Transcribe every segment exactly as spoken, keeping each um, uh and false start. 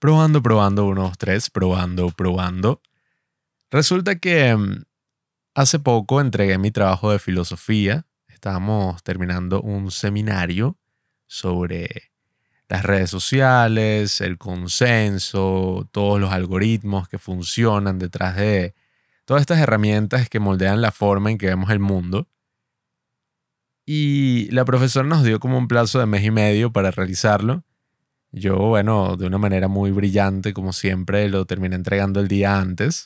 Probando, probando, uno, dos, tres, probando, probando. Resulta que mm, hace poco entregué mi trabajo de filosofía. Estábamos terminando un seminario sobre las redes sociales, el consenso, todos los algoritmos que funcionan detrás de todas estas herramientas que moldean la forma en que vemos el mundo. Y la profesora nos dio como un plazo de mes y medio para realizarlo. Yo, bueno, de una manera muy brillante, como siempre, lo terminé entregando el día antes.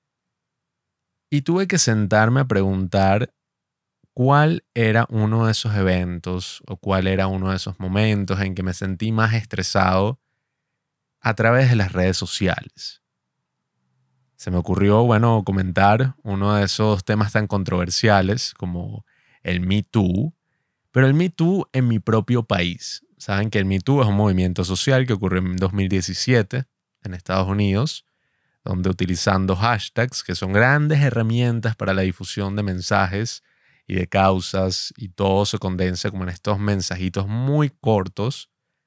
Y tuve que sentarme a preguntar cuál era uno de esos eventos o cuál era uno de esos momentos en que me sentí más estresado a través de las redes sociales. Se me ocurrió, bueno, comentar uno de esos temas tan controversiales como el Me Too, pero el Me Too en mi propio país. Saben que el Me Too es un movimiento social que ocurrió en dos mil diecisiete en Estados Unidos, donde utilizando hashtags, que son grandes herramientas para la difusión de mensajes y de causas, y todo se condensa como en estos mensajitos muy cortos,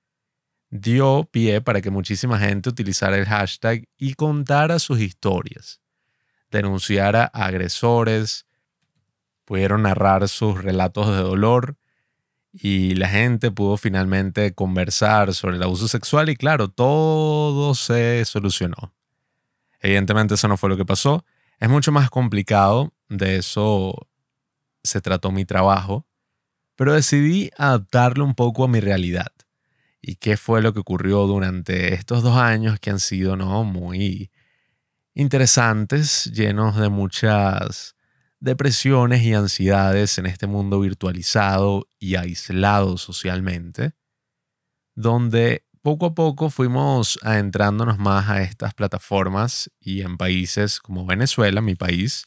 dio pie para que muchísima gente utilizara el hashtag y contara sus historias, denunciara a agresores, pudieron narrar sus relatos de dolor y la gente pudo finalmente conversar sobre el abuso sexual y claro, todo se solucionó. Evidentemente eso no fue lo que pasó. Es mucho más complicado, de eso se trató mi trabajo, pero decidí adaptarlo un poco a mi realidad. ¿Y qué fue lo que ocurrió durante estos dos años que han sido, ¿no?, muy interesantes, llenos de muchas depresiones y ansiedades en este mundo virtualizado y aislado socialmente, donde poco a poco fuimos adentrándonos más a estas plataformas y en países como Venezuela, mi país,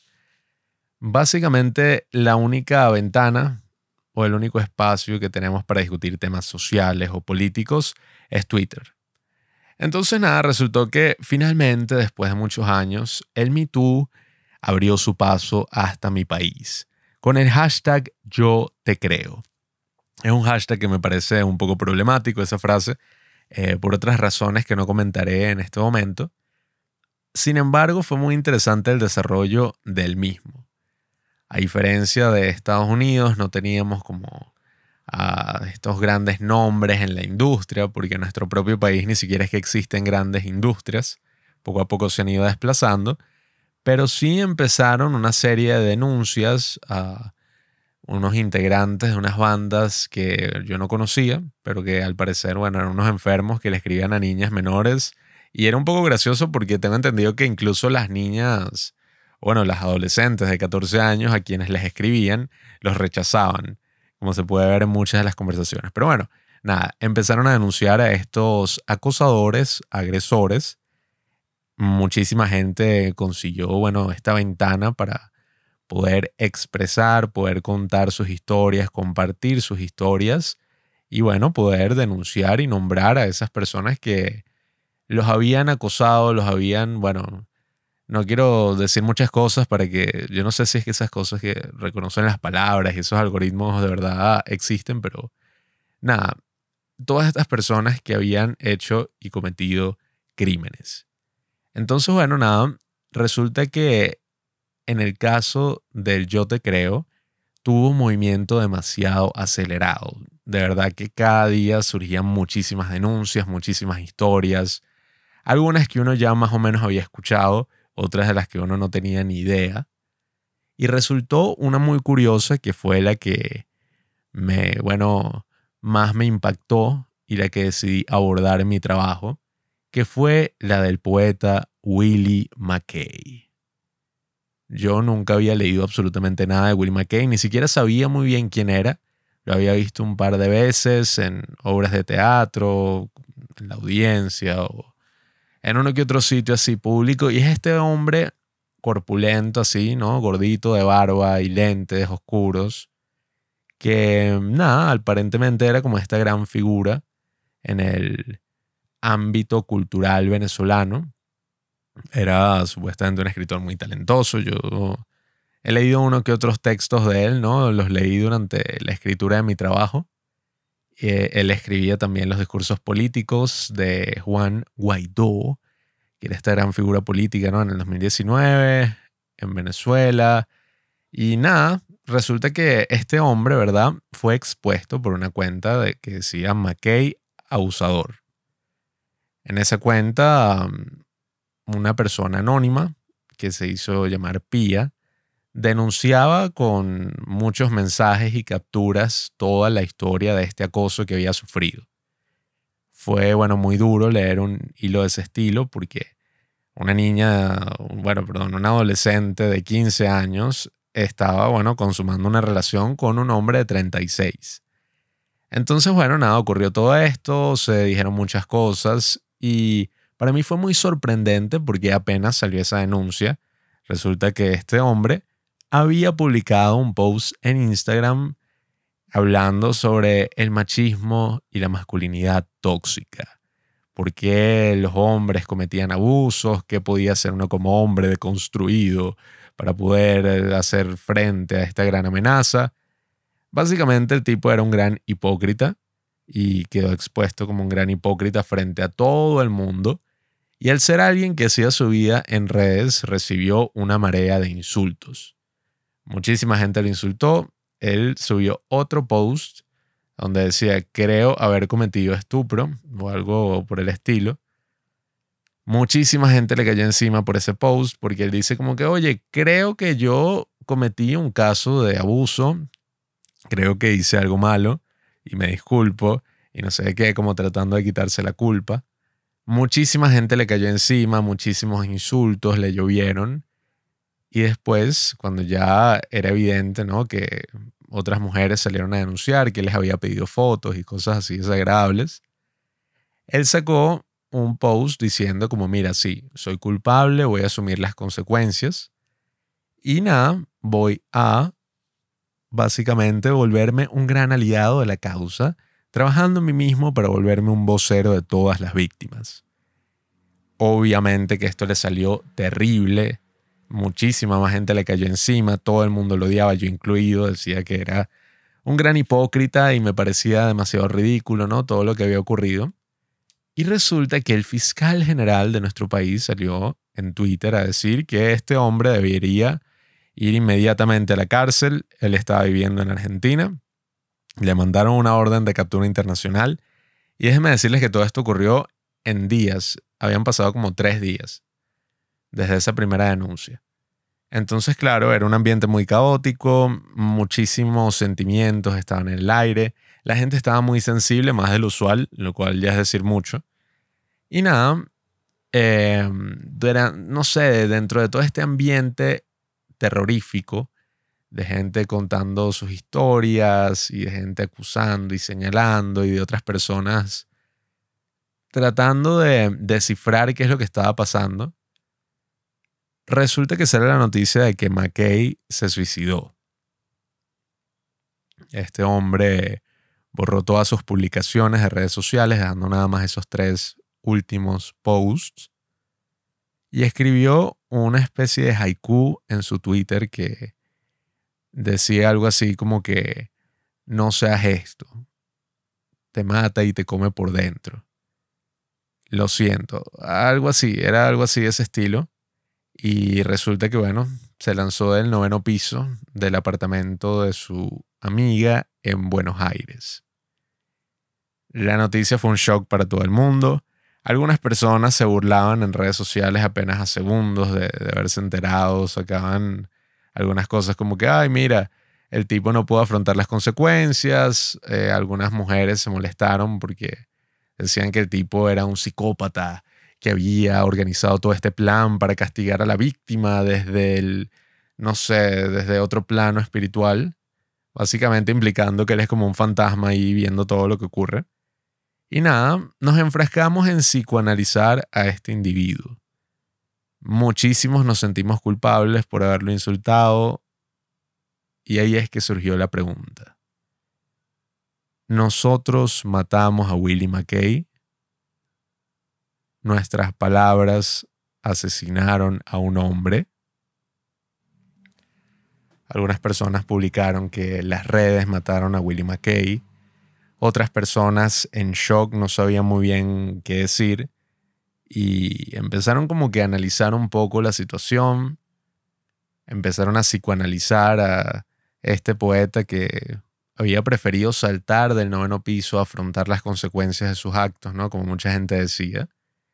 básicamente la única ventana o el único espacio que tenemos para discutir temas sociales o políticos es Twitter. Entonces nada, resultó que finalmente, después de muchos años, el Me Too abrió su paso hasta mi país, con el hashtag Yo Te Creo. Es un hashtag que me parece un poco problemático, esa frase, eh, por otras razones que no comentaré en este momento. Sin embargo, fue muy interesante el desarrollo del mismo. A diferencia de Estados Unidos, no teníamos como a estos grandes nombres en la industria, porque en nuestro propio país ni siquiera es que existen grandes industrias. Poco a poco se han ido desplazando, pero sí empezaron una serie de denuncias a unos integrantes de unas bandas que yo no conocía, pero que al parecer, bueno, eran unos enfermos que le escribían a niñas menores. Y era un poco gracioso porque tengo entendido que incluso las niñas, bueno, las adolescentes de catorce años a quienes les escribían, los rechazaban, como se puede ver en muchas de las conversaciones. Pero bueno, nada, empezaron a denunciar a estos acosadores, agresores. Muchísima gente consiguió, bueno, esta ventana para poder expresar, poder contar sus historias, compartir sus historias y, bueno, poder denunciar y nombrar a esas personas que los habían acosado, los habían, bueno, no quiero decir muchas cosas para que, yo no sé si es que esas cosas que reconocen las palabras y esos algoritmos de verdad existen, pero nada, todas estas personas que habían hecho y cometido crímenes. Entonces, bueno, nada, resulta que en el caso del Yo Te Creo, tuvo un movimiento demasiado acelerado. De verdad que cada día surgían muchísimas denuncias, muchísimas historias, algunas que uno ya más o menos había escuchado, otras de las que uno no tenía ni idea. Y resultó una muy curiosa que fue la que me, bueno, más me impactó y la que decidí abordar en mi trabajo, que fue la del poeta Willie McKay. Yo nunca había leído absolutamente nada de Willie McKay, ni siquiera sabía muy bien quién era. Lo había visto un par de veces en obras de teatro, en la audiencia o en uno que otro sitio así público. Y es este hombre corpulento así, ¿no? Gordito, de barba y lentes oscuros, que nada, aparentemente era como esta gran figura en el ámbito cultural venezolano. Era supuestamente un escritor muy talentoso. Yo he leído uno que otros textos de él, ¿no? Los leí durante la escritura de mi trabajo. Eh, él escribía también los discursos políticos de Juan Guaidó, que era esta gran figura política, ¿no? En el dos mil diecinueve, en Venezuela. Y nada, resulta que este hombre, ¿verdad? Fue expuesto por una cuenta de, que decía McKay abusador. En esa cuenta, una persona anónima que se hizo llamar Pía denunciaba con muchos mensajes y capturas toda la historia de este acoso que había sufrido. Fue, bueno, muy duro leer un hilo de ese estilo porque una niña, bueno, perdón, una adolescente de quince años estaba, bueno, consumando una relación con un hombre de treinta y seis. Entonces, bueno, nada, ocurrió todo esto, se dijeron muchas cosas y para mí fue muy sorprendente porque apenas salió esa denuncia, resulta que este hombre había publicado un post en Instagram hablando sobre el machismo y la masculinidad tóxica. Por qué los hombres cometían abusos, qué podía hacer uno como hombre deconstruido para poder hacer frente a esta gran amenaza. Básicamente el tipo era un gran hipócrita y quedó expuesto como un gran hipócrita frente a todo el mundo. Y al ser alguien que hacía su vida en redes, recibió una marea de insultos. Muchísima gente lo insultó. Él subió otro post donde decía, creo haber cometido estupro o algo por el estilo. Muchísima gente le cayó encima por ese post porque él dice como que, oye, creo que yo cometí un caso de abuso, creo que hice algo malo y me disculpo y no sé qué, como tratando de quitarse la culpa. Muchísima gente le cayó encima, muchísimos insultos le llovieron. Y después, cuando ya era evidente, ¿no?, que otras mujeres salieron a denunciar que les había pedido fotos y cosas así desagradables, él sacó un post diciendo como, mira, sí, soy culpable, voy a asumir las consecuencias y nada, voy a básicamente volverme un gran aliado de la causa, trabajando en mí mismo para volverme un vocero de todas las víctimas. Obviamente que esto le salió terrible. Muchísima más gente le cayó encima, todo el mundo lo odiaba, yo incluido, decía que era un gran hipócrita y me parecía demasiado ridículo, ¿no?, todo lo que había ocurrido. Y resulta que el fiscal general de nuestro país salió en Twitter a decir que este hombre debería ir inmediatamente a la cárcel. Él estaba viviendo en Argentina, le mandaron una orden de captura internacional y déjenme decirles que todo esto ocurrió en días, habían pasado como tres días desde esa primera denuncia. Entonces, claro, era un ambiente muy caótico, muchísimos sentimientos estaban en el aire, la gente estaba muy sensible, más de lo usual, lo cual ya es decir mucho. Y nada, eh, era, no sé, dentro de todo este ambiente terrorífico, de gente contando sus historias y de gente acusando y señalando y de otras personas tratando de descifrar qué es lo que estaba pasando, resulta que sale la noticia de que McKay se suicidó. Este hombre borró todas sus publicaciones de redes sociales, dejando nada más esos tres últimos posts, y escribió una especie de haiku en su Twitter que decía algo así como que no seas esto, te mata y te come por dentro. Lo siento, algo así, era algo así de ese estilo. Y resulta que, bueno, se lanzó del noveno piso del apartamento de su amiga en Buenos Aires. La noticia fue un shock para todo el mundo. Algunas personas se burlaban en redes sociales apenas a segundos de, de haberse enterado, sacaban algunas cosas como que, ay, mira, el tipo no pudo afrontar las consecuencias. Eh, algunas mujeres se molestaron porque decían que el tipo era un psicópata que había organizado todo este plan para castigar a la víctima desde el, no sé, desde otro plano espiritual, básicamente implicando que él es como un fantasma ahí viendo todo lo que ocurre. Y nada, nos enfrascamos en psicoanalizar a este individuo. Muchísimos nos sentimos culpables por haberlo insultado y ahí es que surgió la pregunta. ¿Nosotros matamos a Willie McKay? ¿Nuestras palabras asesinaron a un hombre? Algunas personas publicaron que las redes mataron a Willie McKay. Otras personas en shock no sabían muy bien qué decir y empezaron como que a analizar un poco la situación. Empezaron a psicoanalizar a este poeta que había preferido saltar del noveno piso a afrontar las consecuencias de sus actos, ¿no? Como mucha gente decía.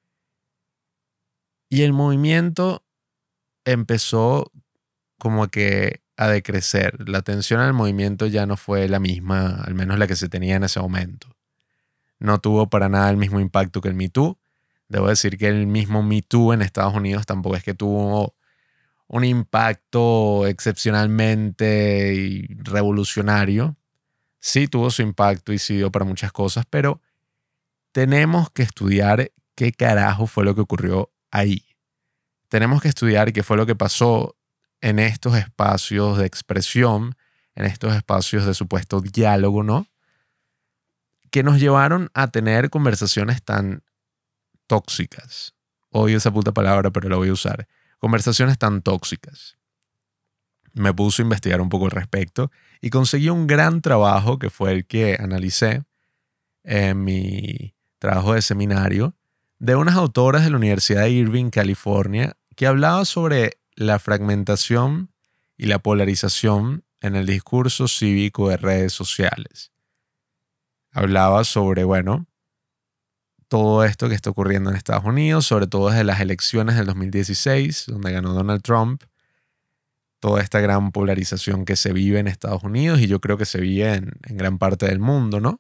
Y el movimiento empezó como que a decrecer. La atención al movimiento ya no fue la misma, al menos la que se tenía en ese momento. No tuvo para nada el mismo impacto que el Me Too. Debo decir que el mismo Me Too en Estados Unidos tampoco es que tuvo un impacto excepcionalmente revolucionario. Sí tuvo su impacto y sí dio para muchas cosas, pero tenemos que estudiar qué carajo fue lo que ocurrió ahí. Tenemos que estudiar qué fue lo que pasó en estos espacios de expresión, en estos espacios de supuesto diálogo, ¿no? Que nos llevaron a tener conversaciones tan tóxicas. Odio esa puta palabra, pero la voy a usar. Conversaciones tan tóxicas. Me puse a investigar un poco al respecto y conseguí un gran trabajo que fue el que analicé en mi trabajo de seminario de unas autoras de la Universidad de Irvine, California, que hablaba sobre la fragmentación y la polarización en el discurso cívico de redes sociales. Hablaba sobre, bueno, todo esto que está ocurriendo en Estados Unidos, sobre todo desde las elecciones del dos mil dieciséis, donde ganó Donald Trump, toda esta gran polarización que se vive en Estados Unidos y yo creo que se vive en, en gran parte del mundo, ¿no?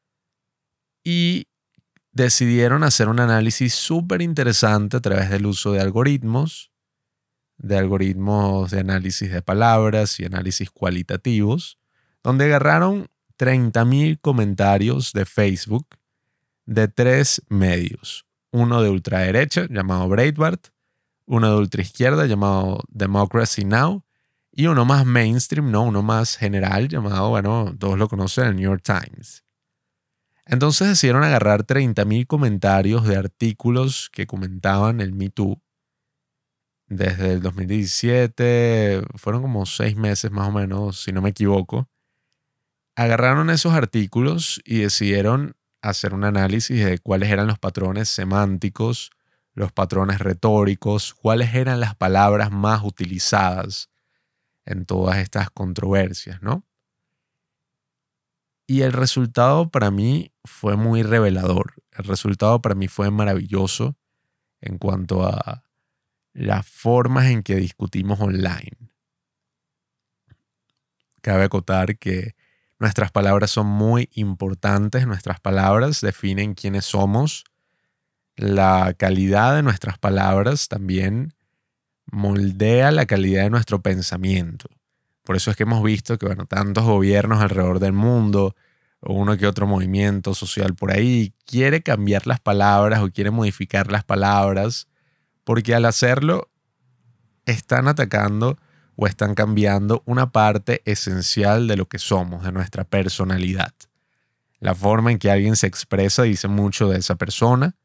Y decidieron hacer un análisis súper interesante a través del uso de algoritmos, de algoritmos de análisis de palabras y análisis cualitativos, donde agarraron treinta mil comentarios de Facebook de tres medios. Uno de ultraderecha, llamado Breitbart, uno de ultraizquierda, llamado Democracy Now!, y uno más mainstream, ¿no? Uno más general, llamado, bueno, todos lo conocen, el New York Times. Entonces decidieron agarrar treinta mil comentarios de artículos que comentaban el Me Too desde el dos mil diecisiete, fueron como seis meses más o menos, si no me equivoco. Agarraron esos artículos y decidieron hacer un análisis de cuáles eran los patrones semánticos, los patrones retóricos, cuáles eran las palabras más utilizadas en todas estas controversias, ¿no? Y el resultado para mí fue muy revelador. El resultado para mí fue maravilloso en cuanto a las formas en que discutimos online. Cabe acotar que nuestras palabras son muy importantes. Nuestras palabras definen quiénes somos. La calidad de nuestras palabras también moldea la calidad de nuestro pensamiento. Por eso es que hemos visto que, bueno, tantos gobiernos alrededor del mundo o uno que otro movimiento social por ahí quiere cambiar las palabras o quiere modificar las palabras porque al hacerlo están atacando o están cambiando una parte esencial de lo que somos, de nuestra personalidad. La forma en que alguien se expresa dice mucho de esa persona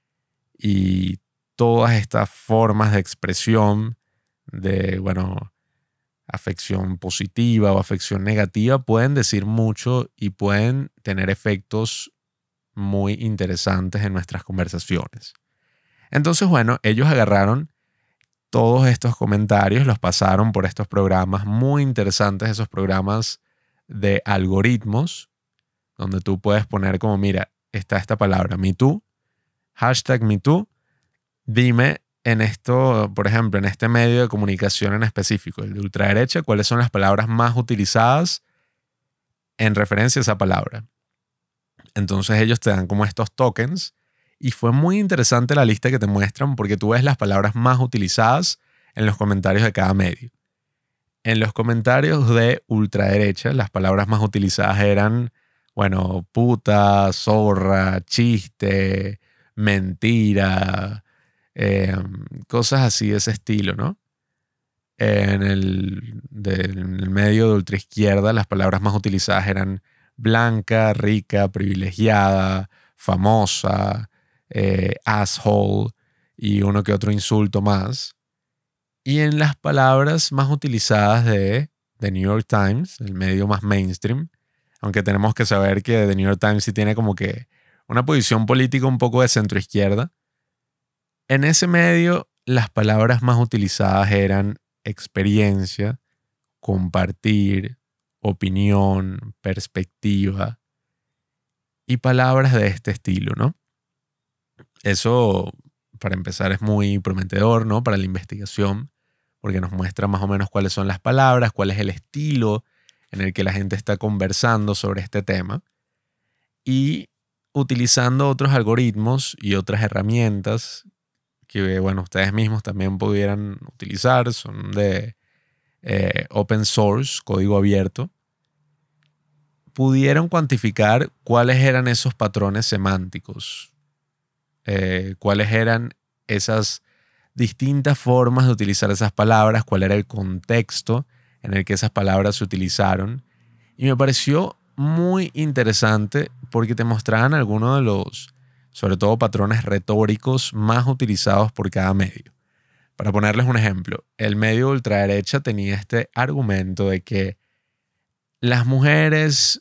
y todas estas formas de expresión de, bueno, afección positiva o afección negativa pueden decir mucho y pueden tener efectos muy interesantes en nuestras conversaciones. Entonces, bueno, ellos agarraron todos estos comentarios, los pasaron por estos programas muy interesantes, esos programas de algoritmos, donde tú puedes poner como, mira, está esta palabra, Me Too, hashtag Me Too, dime en esto, por ejemplo, en este medio de comunicación en específico, el de ultraderecha, cuáles son las palabras más utilizadas en referencia a esa palabra. Entonces ellos te dan como estos tokens y fue muy interesante la lista que te muestran porque tú ves las palabras más utilizadas en los comentarios de cada medio. En los comentarios de ultraderecha, las palabras más utilizadas eran, bueno, puta, zorra, chiste, mentira, eh, cosas así de ese estilo, ¿no? En el, de, en el medio de ultraizquierda, las palabras más utilizadas eran blanca, rica, privilegiada, famosa, eh, asshole y uno que otro insulto más. Y en las palabras más utilizadas de The New York Times, el medio más mainstream, aunque tenemos que saber que The New York Times sí tiene como que una posición política un poco de centroizquierda. En ese medio, las palabras más utilizadas eran experiencia, compartir, opinión, perspectiva y palabras de este estilo, ¿no? Eso, para empezar, es muy prometedor, ¿no? Para la investigación, porque nos muestra más o menos cuáles son las palabras, cuál es el estilo en el que la gente está conversando sobre este tema. Y utilizando otros algoritmos y otras herramientas que, bueno, ustedes mismos también pudieran utilizar, son de eh, open source, código abierto, pudieron cuantificar cuáles eran esos patrones semánticos, eh, cuáles eran esas distintas formas de utilizar esas palabras, cuál era el contexto en el que esas palabras se utilizaron. Y me pareció muy interesante porque te mostraban algunos de los, sobre todo, patrones retóricos más utilizados por cada medio. Para ponerles un ejemplo, el medio ultraderecha tenía este argumento de que las mujeres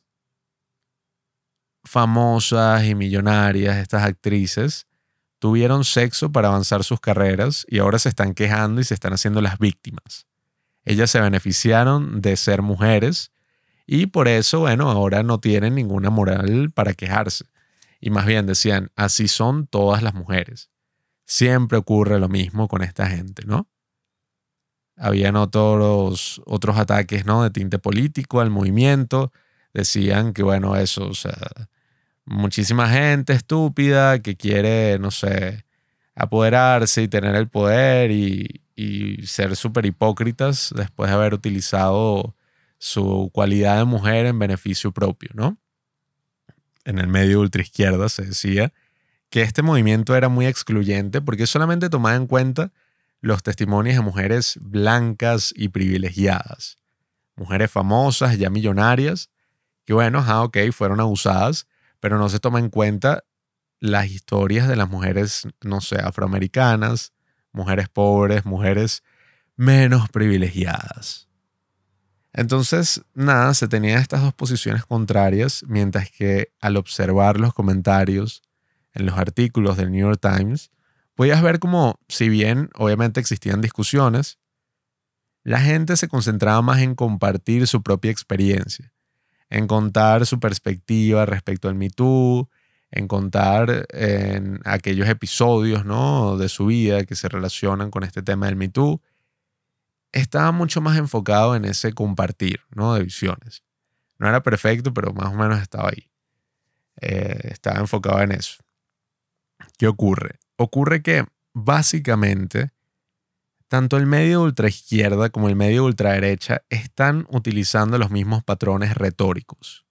famosas y millonarias, estas actrices, tuvieron sexo para avanzar sus carreras y ahora se están quejando y se están haciendo las víctimas. Ellas se beneficiaron de ser mujeres y por eso, bueno, ahora no tienen ninguna moral para quejarse. Y más bien decían, así son todas las mujeres. Siempre ocurre lo mismo con esta gente, ¿no? Habían otros, otros ataques, ¿no? De tinte político al movimiento. Decían que, bueno, eso, o sea, muchísima gente estúpida que quiere, no sé, apoderarse y tener el poder y, y ser súper hipócritas después de haber utilizado su cualidad de mujer en beneficio propio, ¿no? En el medio ultraizquierda se decía que este movimiento era muy excluyente porque solamente tomaba en cuenta los testimonios de mujeres blancas y privilegiadas, mujeres famosas, ya millonarias, que bueno, ah, ok, fueron abusadas, pero no se toma en cuenta las historias de las mujeres, no sé, afroamericanas, mujeres pobres, mujeres menos privilegiadas. Entonces, nada, se tenían estas dos posiciones contrarias, mientras que al observar los comentarios en los artículos del New York Times, podías ver como, si bien obviamente existían discusiones, la gente se concentraba más en compartir su propia experiencia, en contar su perspectiva respecto al Me Too, en contar en aquellos episodios, ¿no?, de su vida que se relacionan con este tema del Me Too. Estaba mucho más enfocado en ese compartir, ¿no?, de visiones. No era perfecto, pero más o menos estaba ahí. Eh, estaba enfocado en eso. ¿Qué ocurre? Ocurre que básicamente tanto el medio ultraizquierda como el medio ultraderecha están utilizando los mismos patrones retóricos.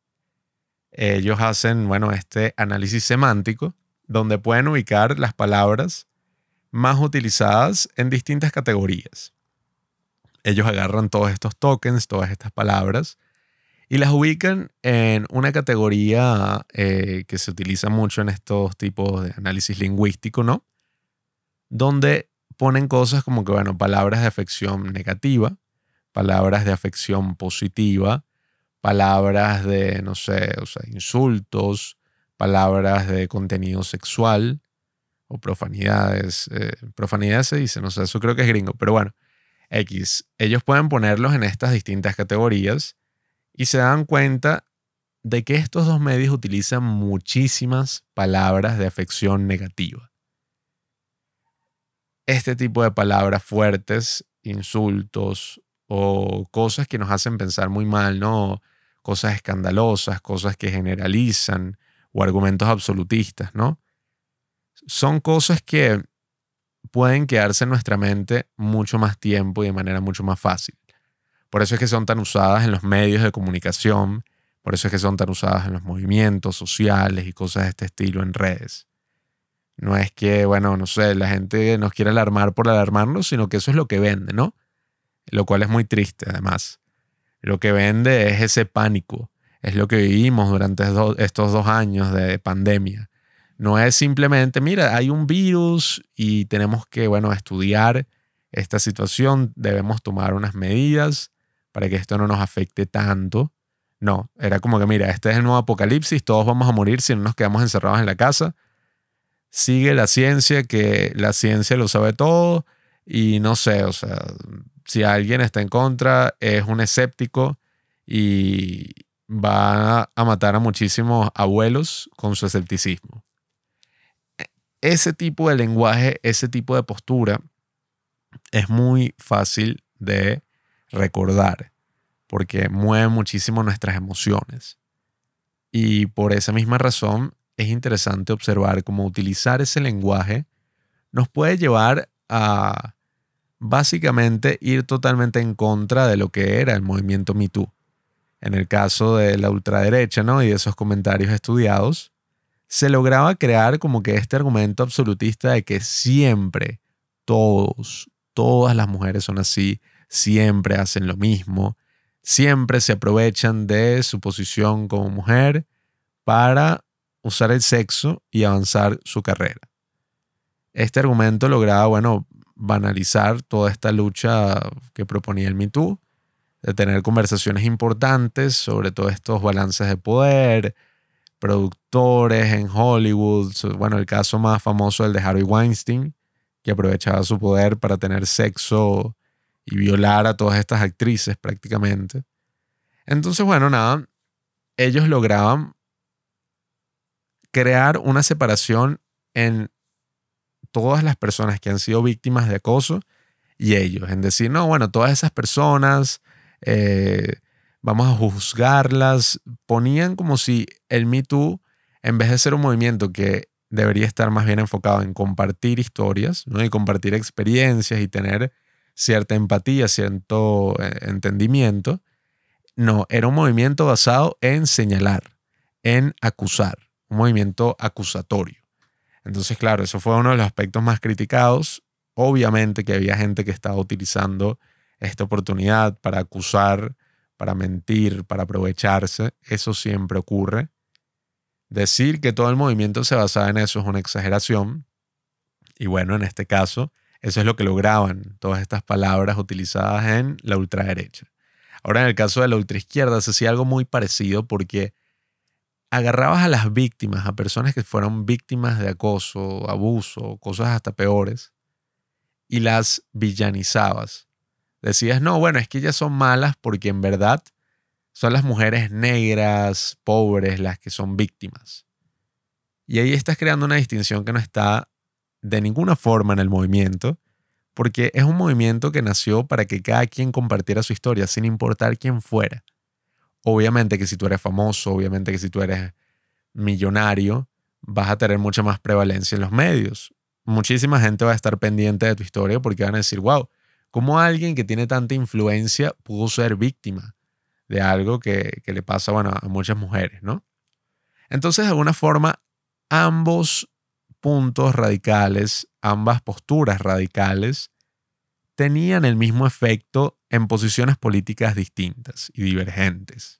Ellos hacen, bueno, este análisis semántico donde pueden ubicar las palabras más utilizadas en distintas categorías. Ellos agarran todos estos tokens, todas estas palabras, y las ubican en una categoría eh, que se utiliza mucho en estos tipos de análisis lingüístico, ¿no? Donde ponen cosas como que, bueno, palabras de afección negativa, palabras de afección positiva, palabras de, no sé, o sea, insultos, palabras de contenido sexual o profanidades. Eh, profanidades se dice, no sé, eso creo que es gringo, pero bueno, X. Ellos pueden ponerlos en estas distintas categorías y se dan cuenta de que estos dos medios utilizan muchísimas palabras de afección negativa. Este tipo de palabras fuertes, insultos o cosas que nos hacen pensar muy mal, ¿no? Cosas escandalosas, cosas que generalizan o argumentos absolutistas, ¿no? Son cosas que pueden quedarse en nuestra mente mucho más tiempo y de manera mucho más fácil. Por eso es que son tan usadas en los medios de comunicación, por eso es que son tan usadas en los movimientos sociales y cosas de este estilo en redes. No es que, bueno, no sé, la gente nos quiere alarmar por alarmarnos, sino que eso es lo que vende, ¿no? Lo cual es muy triste, además. Lo que vende es ese pánico. Es lo que vivimos durante estos dos años de pandemia. No es simplemente, mira, hay un virus y tenemos que, bueno, estudiar esta situación. Debemos tomar unas medidas para que esto no nos afecte tanto. No, era como que, mira, este es el nuevo apocalipsis, todos vamos a morir si no nos quedamos encerrados en la casa. Sigue la ciencia, que la ciencia lo sabe todo y no sé, o sea, si alguien está en contra, es un escéptico y va a matar a muchísimos abuelos con su escepticismo. Ese tipo de lenguaje, ese tipo de postura es muy fácil de recordar porque mueve muchísimo nuestras emociones. Y por esa misma razón es interesante observar cómo utilizar ese lenguaje nos puede llevar a básicamente ir totalmente en contra de lo que era el movimiento Me Too. En el caso de la ultraderecha, ¿no? Y de esos comentarios estudiados, se lograba crear como que este argumento absolutista de que siempre, todos, todas las mujeres son así, siempre hacen lo mismo, siempre se aprovechan de su posición como mujer para usar el sexo y avanzar su carrera. Este argumento lograba, bueno, banalizar toda esta lucha que proponía el Me Too, de tener conversaciones importantes sobre todos estos balances de poder, productores en Hollywood, bueno, el caso más famoso, el de Harvey Weinstein, que aprovechaba su poder para tener sexo y violar a todas estas actrices prácticamente. Entonces, bueno, nada, ellos lograban crear una separación en todas las personas que han sido víctimas de acoso y ellos, en decir, no, bueno, todas esas personas, eh, vamos a juzgarlas. Ponían como si el Me Too, en vez de ser un movimiento que debería estar más bien enfocado en compartir historias, ¿no? Y compartir experiencias y tener cierta empatía, cierto eh, entendimiento, no, era un movimiento basado en señalar, en acusar, un movimiento acusatorio. Entonces, claro, eso fue uno de los aspectos más criticados. Obviamente que había gente que estaba utilizando esta oportunidad para acusar, para mentir, para aprovecharse. Eso siempre ocurre. Decir que todo el movimiento se basaba en eso es una exageración. Y bueno, en este caso, eso es lo que lograban todas estas palabras utilizadas en la ultraderecha. Ahora, en el caso de la ultraizquierda, se hacía algo muy parecido porque agarrabas a las víctimas, a personas que fueron víctimas de acoso, abuso, cosas hasta peores, y las villanizabas. Decías, no, bueno, es que ellas son malas porque en verdad son las mujeres negras, pobres, las que son víctimas. Y ahí estás creando una distinción que no está de ninguna forma en el movimiento, porque es un movimiento que nació para que cada quien compartiera su historia, sin importar quién fuera. Obviamente que si tú eres famoso, obviamente que si tú eres millonario, vas a tener mucha más prevalencia en los medios. Muchísima gente va a estar pendiente de tu historia porque van a decir, wow, ¿cómo alguien que tiene tanta influencia pudo ser víctima de algo que, que le pasa, bueno, a muchas mujeres, ¿no? Entonces, de alguna forma, ambos puntos radicales, ambas posturas radicales, tenían el mismo efecto en posiciones políticas distintas y divergentes.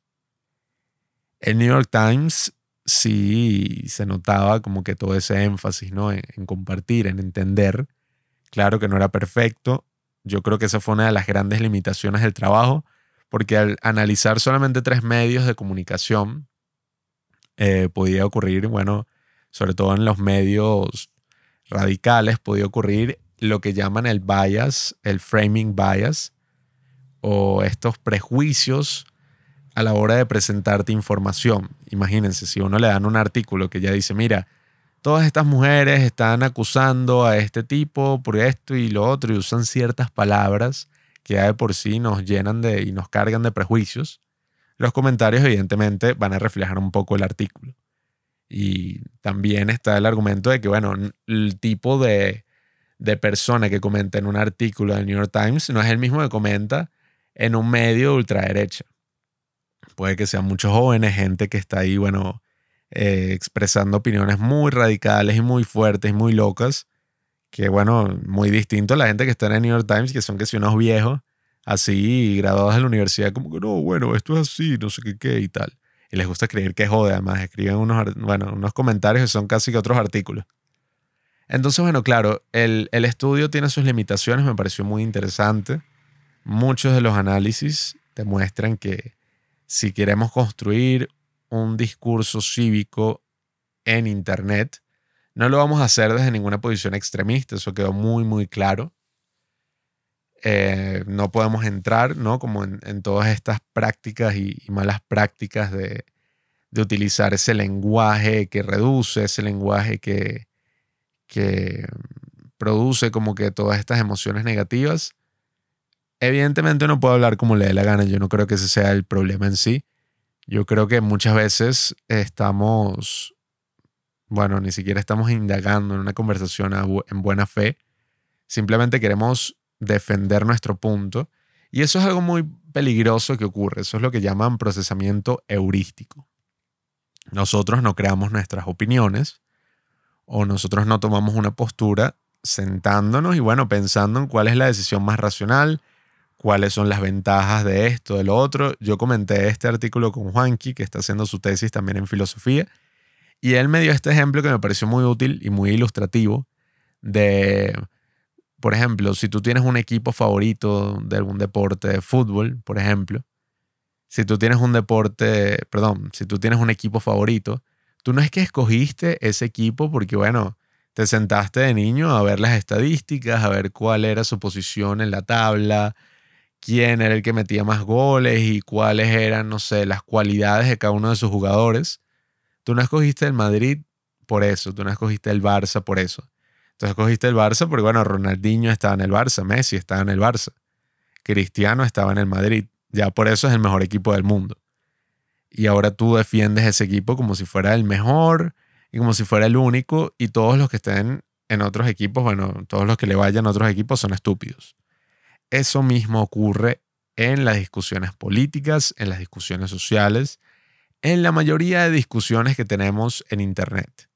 El New York Times sí se notaba como que todo ese énfasis, ¿no? en, en compartir, en entender. Claro que no era perfecto. Yo creo que esa fue una de las grandes limitaciones del trabajo, porque al analizar solamente tres medios de comunicación, eh, podía ocurrir, bueno, sobre todo en los medios radicales, podía ocurrir lo que llaman el bias, el framing bias, o estos prejuicios a la hora de presentarte información. Imagínense, si uno le dan un artículo que ya dice, mira, todas estas mujeres están acusando a este tipo por esto y lo otro, y usan ciertas palabras que ya de por sí nos llenan de y nos cargan de prejuicios, los comentarios evidentemente van a reflejar un poco el artículo. Y también está el argumento de que, bueno, el tipo de, de persona que comenta en un artículo del New York Times no es el mismo que comenta en un medio de ultraderecha. Puede que sean muchos jóvenes, gente que está ahí, bueno, eh, expresando opiniones muy radicales y muy fuertes y muy locas, que, bueno, muy distinto a la gente que está en el New York Times, que son que si unos viejos, así, graduados de la universidad, como que no, bueno, esto es así, no sé qué, qué y tal. Y les gusta creer que jode, además, escriben unos, bueno, unos comentarios que son casi que otros artículos. Entonces, bueno, claro, el, el estudio tiene sus limitaciones, me pareció muy interesante. Muchos de los análisis demuestran que si queremos construir un discurso cívico en Internet, no lo vamos a hacer desde ninguna posición extremista. Eso quedó muy, muy claro. Eh, no podemos entrar, ¿no? Como en, en todas estas prácticas y, y malas prácticas de, de utilizar ese lenguaje que reduce, ese lenguaje que, que produce como que todas estas emociones negativas. Evidentemente uno puede hablar como le dé la gana. Yo no creo que ese sea el problema en sí. Yo creo que muchas veces estamos, bueno, ni siquiera estamos indagando en una conversación a bu- en buena fe. Simplemente queremos defender nuestro punto. Y eso es algo muy peligroso que ocurre. Eso es lo que llaman procesamiento heurístico. Nosotros no creamos nuestras opiniones o nosotros no tomamos una postura sentándonos y, bueno, pensando en cuál es la decisión más racional, cuáles son las ventajas de esto, de lo otro. Yo comenté este artículo con Juanqui, que está haciendo su tesis también en filosofía, y él me dio este ejemplo que me pareció muy útil y muy ilustrativo de, por ejemplo, si tú tienes un equipo favorito de algún deporte de fútbol, por ejemplo, si tú tienes un deporte, perdón, si tú tienes un equipo favorito, tú no es que escogiste ese equipo porque, bueno, te sentaste de niño a ver las estadísticas, a ver cuál era su posición en la tabla, quién era el que metía más goles y cuáles eran, no sé, las cualidades de cada uno de sus jugadores. Tú no escogiste el Madrid por eso, tú no escogiste el Barça por eso. Tú escogiste el Barça porque, bueno, Ronaldinho estaba en el Barça, Messi estaba en el Barça, Cristiano estaba en el Madrid. Ya por eso es el mejor equipo del mundo. Y ahora tú defiendes ese equipo como si fuera el mejor y como si fuera el único, y todos los que estén en otros equipos, bueno, todos los que le vayan a otros equipos son estúpidos. Eso mismo ocurre en las discusiones políticas, en las discusiones sociales, en la mayoría de discusiones que tenemos en Internet.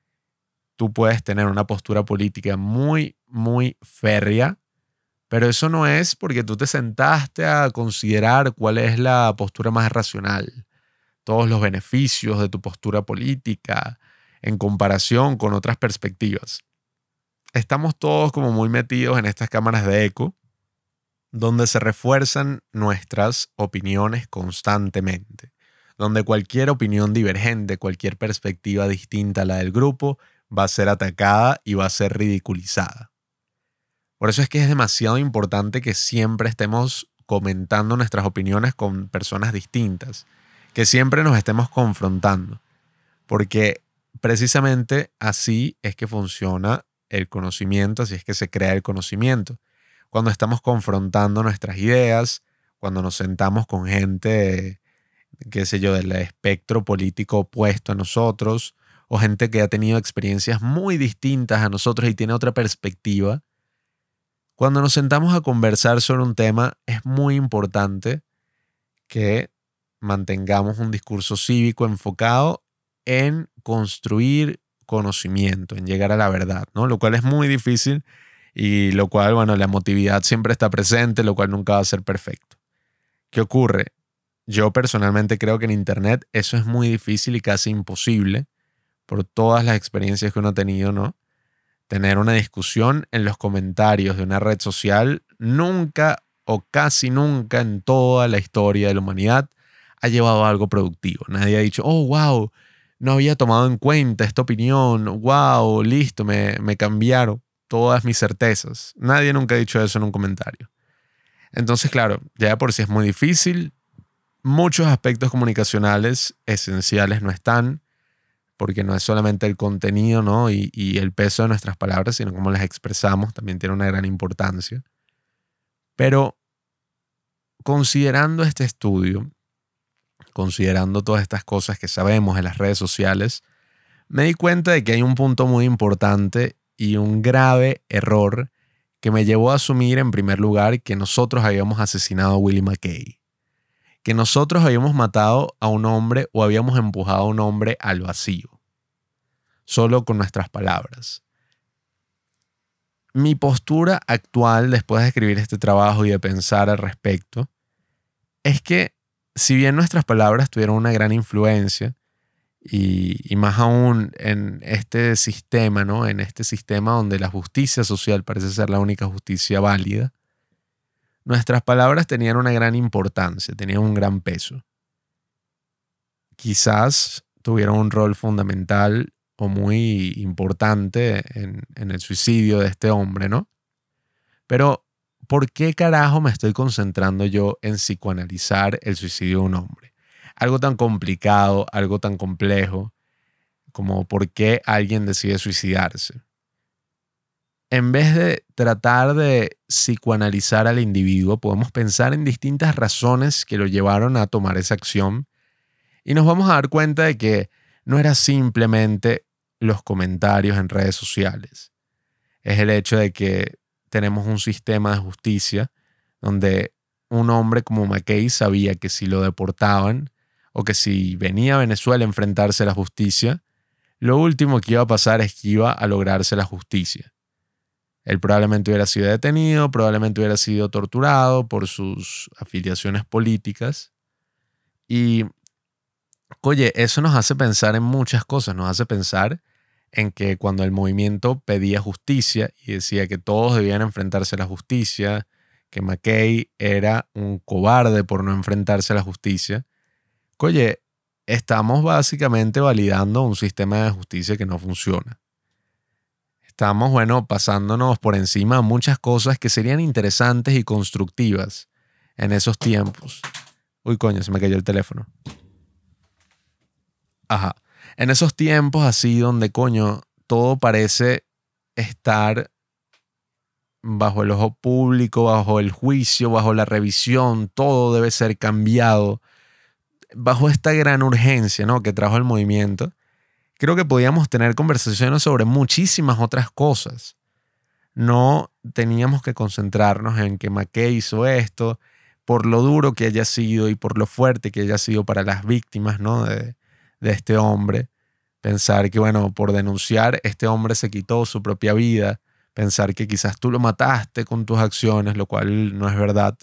Tú puedes tener una postura política muy, muy férrea, pero eso no es porque tú te sentaste a considerar cuál es la postura más racional, todos los beneficios de tu postura política en comparación con otras perspectivas. Estamos todos como muy metidos en estas cámaras de eco, donde se refuerzan nuestras opiniones constantemente, donde cualquier opinión divergente, cualquier perspectiva distinta a la del grupo va a ser atacada y va a ser ridiculizada. Por eso es que es demasiado importante que siempre estemos comentando nuestras opiniones con personas distintas, que siempre nos estemos confrontando, porque precisamente así es que funciona el conocimiento, así es que se crea el conocimiento. Cuando estamos confrontando nuestras ideas, cuando nos sentamos con gente, qué sé yo, del espectro político opuesto a nosotros, o gente que ha tenido experiencias muy distintas a nosotros y tiene otra perspectiva. Cuando nos sentamos a conversar sobre un tema, es muy importante que mantengamos un discurso cívico enfocado en construir conocimiento, en llegar a la verdad, ¿no? Lo cual es muy difícil y lo cual, bueno, la emotividad siempre está presente, lo cual nunca va a ser perfecto. ¿Qué ocurre? Yo personalmente creo que en Internet eso es muy difícil y casi imposible por todas las experiencias que uno ha tenido, ¿no? Tener una discusión en los comentarios de una red social nunca o casi nunca en toda la historia de la humanidad ha llevado a algo productivo. Nadie ha dicho, oh, wow, no había tomado en cuenta esta opinión, wow, listo, me, me cambiaron todas mis certezas. Nadie nunca ha dicho eso en un comentario. Entonces, claro, ya de por sí es muy difícil. Muchos aspectos comunicacionales esenciales no están, porque no es solamente el contenido, ¿no? y, y el peso de nuestras palabras, sino cómo las expresamos, también tiene una gran importancia. Pero considerando este estudio, considerando todas estas cosas que sabemos en las redes sociales, me di cuenta de que hay un punto muy importante y un grave error que me llevó a asumir en primer lugar que nosotros habíamos asesinado a Willie McKay, que nosotros habíamos matado a un hombre o habíamos empujado a un hombre al vacío, solo con nuestras palabras. Mi postura actual, después de escribir este trabajo y de pensar al respecto, es que si bien nuestras palabras tuvieron una gran influencia, y, y más aún en este sistema, ¿no? En este sistema donde la justicia social parece ser la única justicia válida, nuestras palabras tenían una gran importancia, tenían un gran peso. quizás tuvieron un rol fundamental o muy importante en, en el suicidio de este hombre, ¿no? Pero, ¿por qué carajo me estoy concentrando yo en psicoanalizar el suicidio de un hombre? Algo tan complicado, algo tan complejo, como por qué alguien decide suicidarse. En vez de tratar de psicoanalizar al individuo, podemos pensar en distintas razones que lo llevaron a tomar esa acción y nos vamos a dar cuenta de que no era simplemente los comentarios en redes sociales. Es el hecho de que tenemos un sistema de justicia donde un hombre como McKay sabía que si lo deportaban o que si venía a Venezuela a enfrentarse a la justicia, lo último que iba a pasar es que iba a lograrse la justicia. Él probablemente hubiera sido detenido, probablemente hubiera sido torturado por sus afiliaciones políticas. Y, oye, eso nos hace pensar en muchas cosas. Nos hace pensar en que cuando el movimiento pedía justicia y decía que todos debían enfrentarse a la justicia, que McKay era un cobarde por no enfrentarse a la justicia, oye, estamos básicamente validando un sistema de justicia que no funciona. Estamos, bueno, pasándonos por encima muchas cosas que serían interesantes y constructivas en esos tiempos. Uy, coño, se me cayó el teléfono. Ajá. En esos tiempos así donde, coño, todo parece estar bajo el ojo público, bajo el juicio, bajo la revisión, todo debe ser cambiado. Bajo esta gran urgencia, ¿no?, que trajo el movimiento, creo que podíamos tener conversaciones sobre muchísimas otras cosas. No teníamos que concentrarnos en que McKay hizo esto, por lo duro que haya sido y por lo fuerte que haya sido para las víctimas, ¿no?, de, de este hombre. Pensar que, bueno, por denunciar, este hombre se quitó su propia vida. Pensar que quizás tú lo mataste con tus acciones, lo cual no es verdad.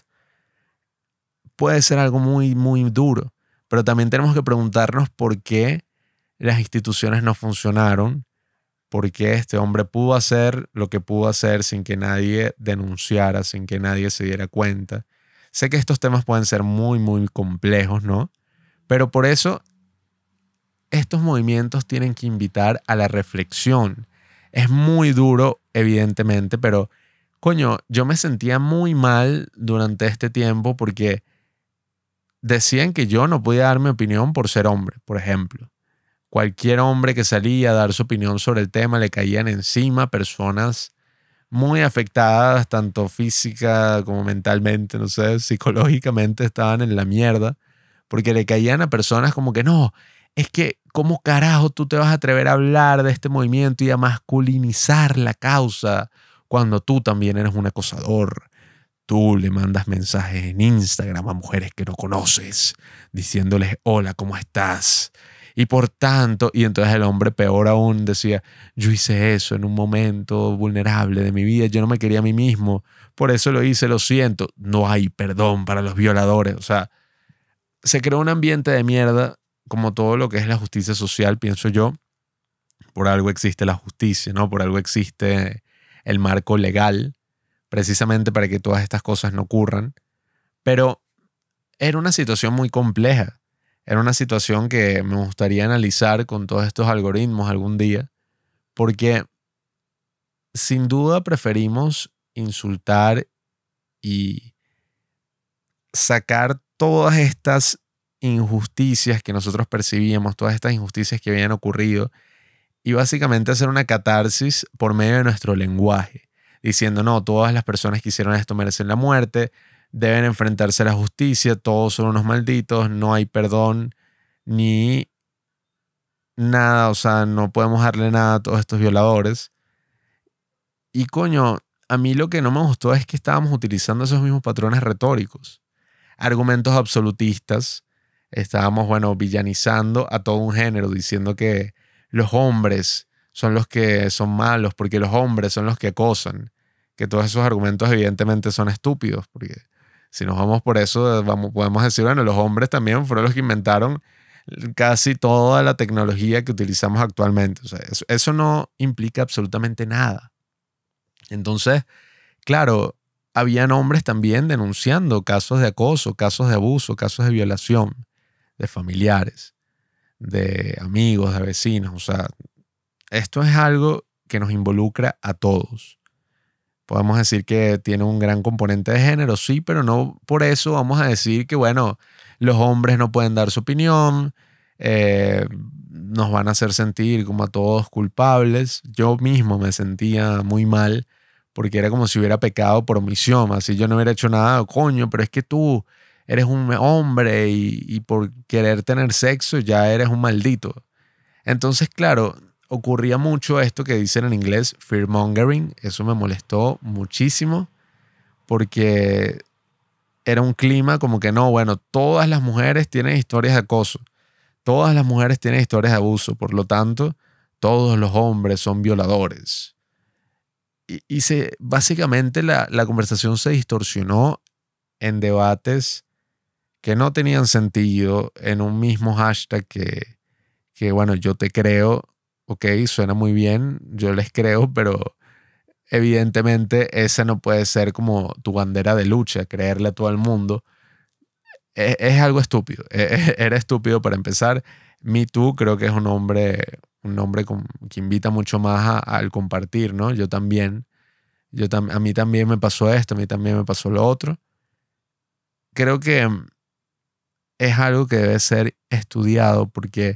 Puede ser algo muy, muy duro. Pero también tenemos que preguntarnos por qué las instituciones no funcionaron, por qué este hombre pudo hacer lo que pudo hacer sin que nadie denunciara, sin que nadie se diera cuenta. Sé que estos temas pueden ser muy, muy complejos, ¿no? Pero por eso estos movimientos tienen que invitar a la reflexión. Es muy duro, evidentemente, pero, coño, yo me sentía muy mal durante este tiempo porque decían que yo no podía dar mi opinión por ser hombre, por ejemplo. Cualquier hombre que salía a dar su opinión sobre el tema le caían encima personas muy afectadas, tanto física como mentalmente, no sé, psicológicamente estaban en la mierda, porque le caían a personas como que no, es que ¿cómo carajo tú te vas a atrever a hablar de este movimiento y a masculinizar la causa cuando tú también eres un acosador? Tú le mandas mensajes en Instagram a mujeres que no conoces, diciéndoles, hola, ¿cómo estás? Y por tanto, y entonces el hombre peor aún decía, yo hice eso en un momento vulnerable de mi vida, yo no me quería a mí mismo, por eso lo hice, lo siento. No hay perdón para los violadores. O sea, se creó un ambiente de mierda, como todo lo que es la justicia social, pienso yo. Por algo existe la justicia, ¿no? Por algo existe el marco legal, precisamente para que todas estas cosas no ocurran. Pero era una situación muy compleja. Era una situación que me gustaría analizar con todos estos algoritmos algún día, porque sin duda preferimos insultar y sacar todas estas injusticias que nosotros percibíamos, todas estas injusticias que habían ocurrido, y básicamente hacer una catarsis por medio de nuestro lenguaje, diciendo, no, todas las personas que hicieron esto merecen la muerte, deben enfrentarse a la justicia, todos son unos malditos, no hay perdón ni nada, o sea, no podemos darle nada a todos estos violadores. Y coño, a mí lo que no me gustó es que estábamos utilizando esos mismos patrones retóricos, argumentos absolutistas. Estábamos, bueno, villanizando a todo un género, diciendo que los hombres son los que son malos, porque los hombres son los que acosan, que todos esos argumentos evidentemente son estúpidos, porque si nos vamos por eso, vamos, podemos decir, bueno, los hombres también fueron los que inventaron casi toda la tecnología que utilizamos actualmente. O sea, eso, eso no implica absolutamente nada. Entonces, claro, habían hombres también denunciando casos de acoso, casos de abuso, casos de violación de familiares. de amigos, de vecinos. O sea, esto es algo que nos involucra a todos. Podemos decir que tiene un gran componente de género, sí, pero no por eso vamos a decir que, bueno, los hombres no pueden dar su opinión, eh, nos van a hacer sentir como a todos culpables. Yo mismo me sentía muy mal porque era como si hubiera pecado por omisión, así yo no hubiera hecho nada, coño, pero es que tú eres un hombre y, y por querer tener sexo ya eres un maldito. Entonces, claro, ocurría mucho esto que dicen en inglés fearmongering. Eso me molestó muchísimo porque era un clima como que no, bueno, todas las mujeres tienen historias de acoso, todas las mujeres tienen historias de abuso, por lo tanto, todos los hombres son violadores. Y, y se, básicamente la, la conversación se distorsionó en debates que no tenían sentido, en un mismo hashtag que, que bueno, yo te creo. Ok, suena muy bien, yo les creo, pero evidentemente esa no puede ser como tu bandera de lucha, creerle a todo el mundo. Es, es algo estúpido, es- era estúpido para empezar. Me Too creo que es un nombre, un nombre con- que invita mucho más a- al compartir, ¿no? Yo también, yo tam- a mí también me pasó esto, a mí también me pasó lo otro. Creo que mm, es algo que debe ser estudiado porque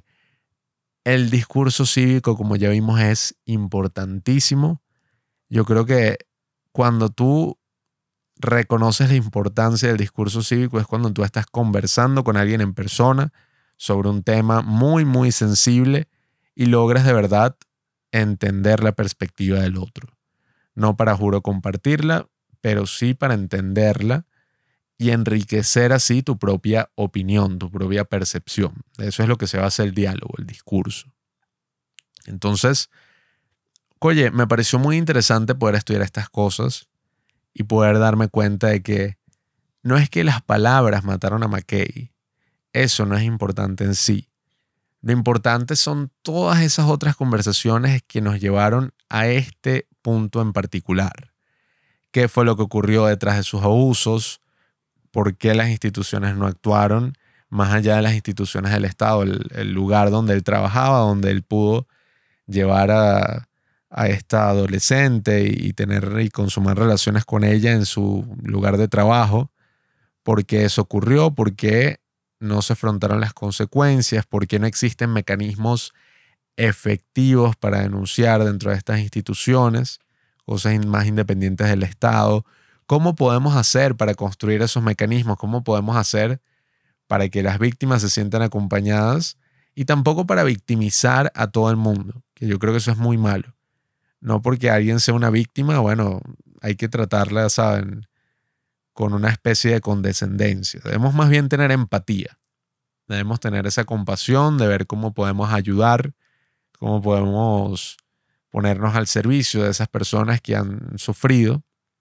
el discurso cívico, como ya vimos, es importantísimo. Yo creo que cuando tú reconoces la importancia del discurso cívico es cuando tú estás conversando con alguien en persona sobre un tema muy, muy sensible y logras de verdad entender la perspectiva del otro. No para, juro, compartirla, pero sí para entenderla y enriquecer así tu propia opinión, tu propia percepción. Eso es lo que se basa el diálogo, el discurso. Entonces, oye, me pareció muy interesante poder estudiar estas cosas y poder darme cuenta de que no es que las palabras mataron a McKay. Eso no es importante en sí. Lo importante son todas esas otras conversaciones que nos llevaron a este punto en particular. ¿Qué fue lo que ocurrió detrás de sus abusos? ¿Por qué las instituciones no actuaron? Más allá de las instituciones del Estado, el, el lugar donde él trabajaba, donde él pudo llevar a, a esta adolescente y, y tener y consumar relaciones con ella en su lugar de trabajo. ¿Por qué eso ocurrió? ¿Por qué no se afrontaron las consecuencias? ¿Por qué no existen mecanismos efectivos para denunciar dentro de estas instituciones, cosas in- más independientes del Estado? ¿Cómo podemos hacer para construir esos mecanismos? ¿Cómo podemos hacer para que las víctimas se sientan acompañadas? Y tampoco para victimizar a todo el mundo, que yo creo que eso es muy malo. No porque alguien sea una víctima, bueno, hay que tratarla, ¿saben?, con una especie de condescendencia. Debemos más bien tener empatía. Debemos tener esa compasión de ver cómo podemos ayudar, cómo podemos ponernos al servicio de esas personas que han sufrido.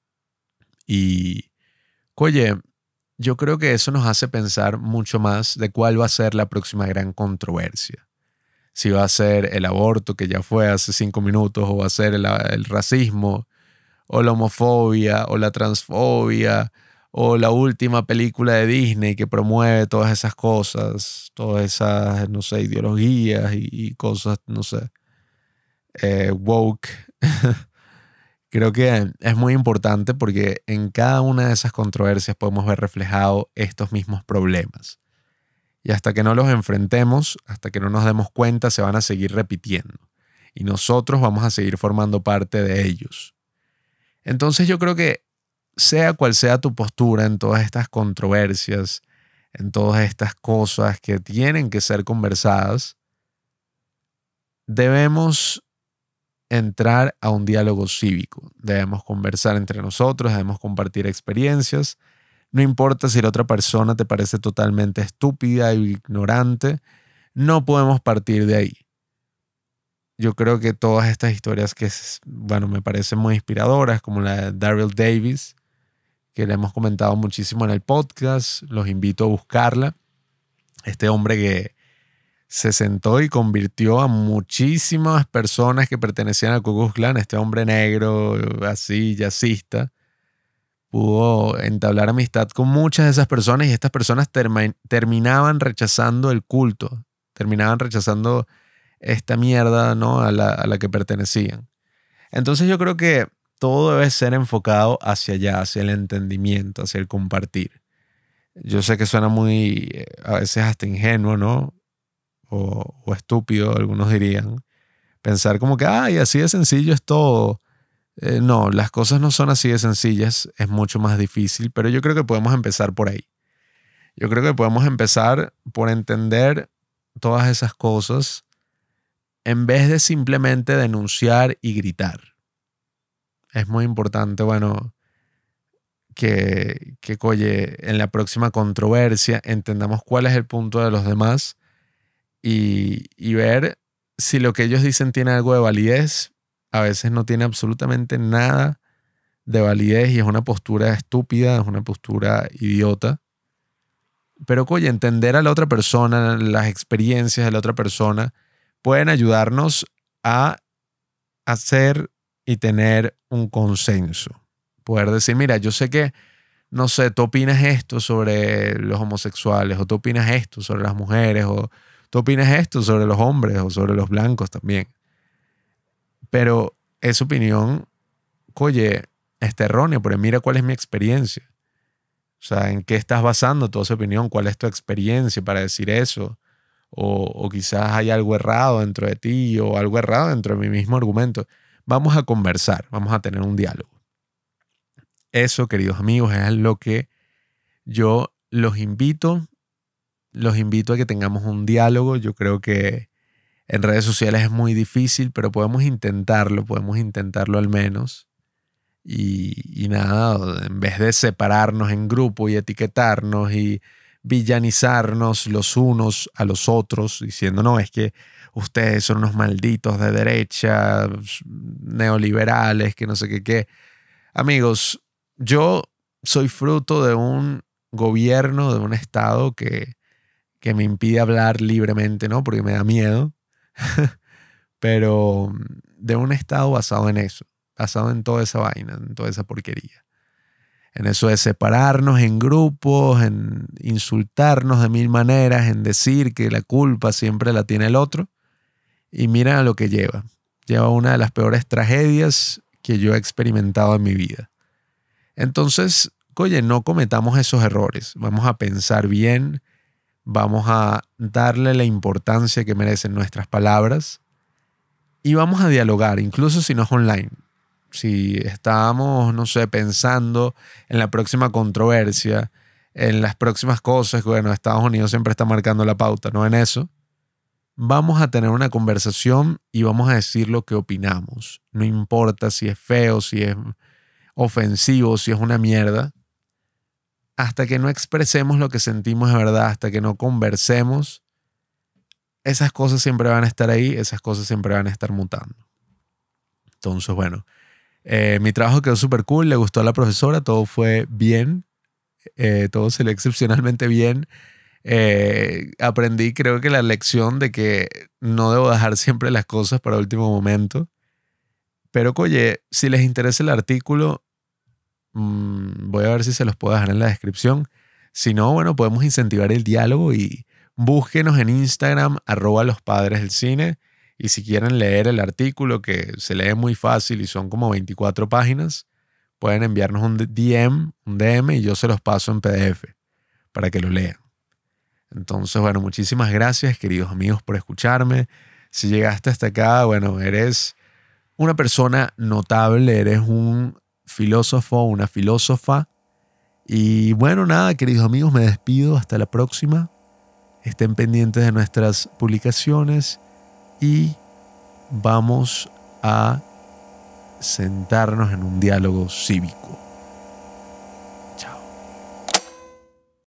Y, oye, yo creo que eso nos hace pensar mucho más de cuál va a ser la próxima gran controversia. Si va a ser el aborto, que ya fue hace cinco minutos, o va a ser el, el racismo, o la homofobia, o la transfobia, o la última película de Disney que promueve todas esas cosas, todas esas, no sé, ideologías y, y cosas, no sé, eh, woke. Creo que es muy importante porque en cada una de esas controversias podemos ver reflejado estos mismos problemas. Y hasta que no los enfrentemos, hasta que no nos demos cuenta, se van a seguir repitiendo. Y nosotros vamos a seguir formando parte de ellos. Entonces yo creo que sea cual sea tu postura en todas estas controversias, en todas estas cosas que tienen que ser conversadas, debemos entrar a un diálogo cívico. Debemos conversar entre nosotros, debemos compartir experiencias. No importa si la otra persona te parece totalmente estúpida e ignorante, no podemos partir de ahí. Yo creo que todas estas historias que, bueno, me parecen muy inspiradoras, como la de Daryl Davis, que le hemos comentado muchísimo en el podcast, los invito a buscarla. Este hombre que se sentó y convirtió a muchísimas personas que pertenecían al Ku Klux Klan, este hombre negro, así, jazzista, pudo entablar amistad con muchas de esas personas y estas personas termi- terminaban rechazando el culto terminaban rechazando esta mierda, ¿no? a, la, a la que pertenecían. Entonces yo creo que todo debe ser enfocado hacia allá, hacia el entendimiento, hacia el compartir. Yo sé que suena muy, eh, a veces hasta ingenuo, ¿no? O, o estúpido, algunos dirían. Pensar como que, ay, así de sencillo es todo. Eh, no, las cosas no son así de sencillas, es mucho más difícil, pero yo creo que podemos empezar por ahí. Yo creo que podemos empezar por entender todas esas cosas en vez de simplemente denunciar y gritar. Es muy importante, bueno, que, que oye, en la próxima controversia entendamos cuál es el punto de los demás y, y ver si lo que ellos dicen tiene algo de validez. A veces no tiene absolutamente nada de validez y es una postura estúpida, es una postura idiota. Pero, oye, entender a la otra persona, las experiencias de la otra persona, pueden ayudarnos a hacer y tener un consenso. Poder decir, mira, yo sé que, no sé, tú opinas esto sobre los homosexuales, o tú opinas esto sobre las mujeres, o tú opinas esto sobre los hombres, o sobre los blancos también. Pero esa opinión, oye, está errónea, porque mira cuál es mi experiencia. O sea, ¿en qué estás basando toda esa opinión? ¿Cuál es tu experiencia para decir eso? O, o quizás hay algo errado dentro de ti o algo errado dentro de mi mismo argumento. Vamos a conversar, vamos a tener un diálogo. Eso, queridos amigos, es lo que yo los invito, los invito a que tengamos un diálogo. Yo creo que en redes sociales es muy difícil, pero podemos intentarlo, podemos intentarlo al menos. Y, y nada, en vez de separarnos en grupo y etiquetarnos y villanizarnos los unos a los otros, diciendo, no, es que ustedes son unos malditos de derecha, neoliberales, que no sé qué qué. Amigos, yo soy fruto de un gobierno, de un estado que, que me impide hablar libremente, ¿no? Porque me da miedo. Pero de un estado basado en eso, basado en toda esa vaina, en toda esa porquería. En eso de separarnos en grupos, en insultarnos de mil maneras, en decir que la culpa siempre la tiene el otro. Y mira a lo que lleva. Lleva una de las peores tragedias que yo he experimentado en mi vida. Entonces, oye, no cometamos esos errores. Vamos a pensar bien, vamos a darle la importancia que merecen nuestras palabras y vamos a dialogar, incluso si no es online. Si estamos, no sé, pensando en la próxima controversia, en las próximas cosas, bueno, Estados Unidos siempre está marcando la pauta, no en eso. Vamos a tener una conversación y vamos a decir lo que opinamos. No importa si es feo, si es ofensivo, si es una mierda. Hasta que no expresemos lo que sentimos de verdad, hasta que no conversemos, esas cosas siempre van a estar ahí, esas cosas siempre van a estar mutando. Entonces, bueno, eh, mi trabajo quedó súper cool, le gustó a la profesora, todo fue bien, eh, todo salió excepcionalmente bien. Eh, aprendí, creo que la lección de que no debo dejar siempre las cosas para último momento. Pero, oye, si les interesa el artículo, mmm, voy a ver si se los puedo dejar en la descripción. Si no, bueno, podemos incentivar el diálogo y búsquenos en Instagram, arroba los padres del cine. Y si quieren leer el artículo, que se lee muy fácil y son como veinticuatro páginas, pueden enviarnos un D M, un D M y yo se los paso en P D F para que lo lean. Entonces, bueno, muchísimas gracias, queridos amigos, por escucharme. Si llegaste hasta acá, bueno, eres una persona notable, eres un filósofo, una filósofa. Y bueno, nada, queridos amigos, me despido. Hasta la próxima. Estén pendientes de nuestras publicaciones y vamos a sentarnos en un diálogo cívico.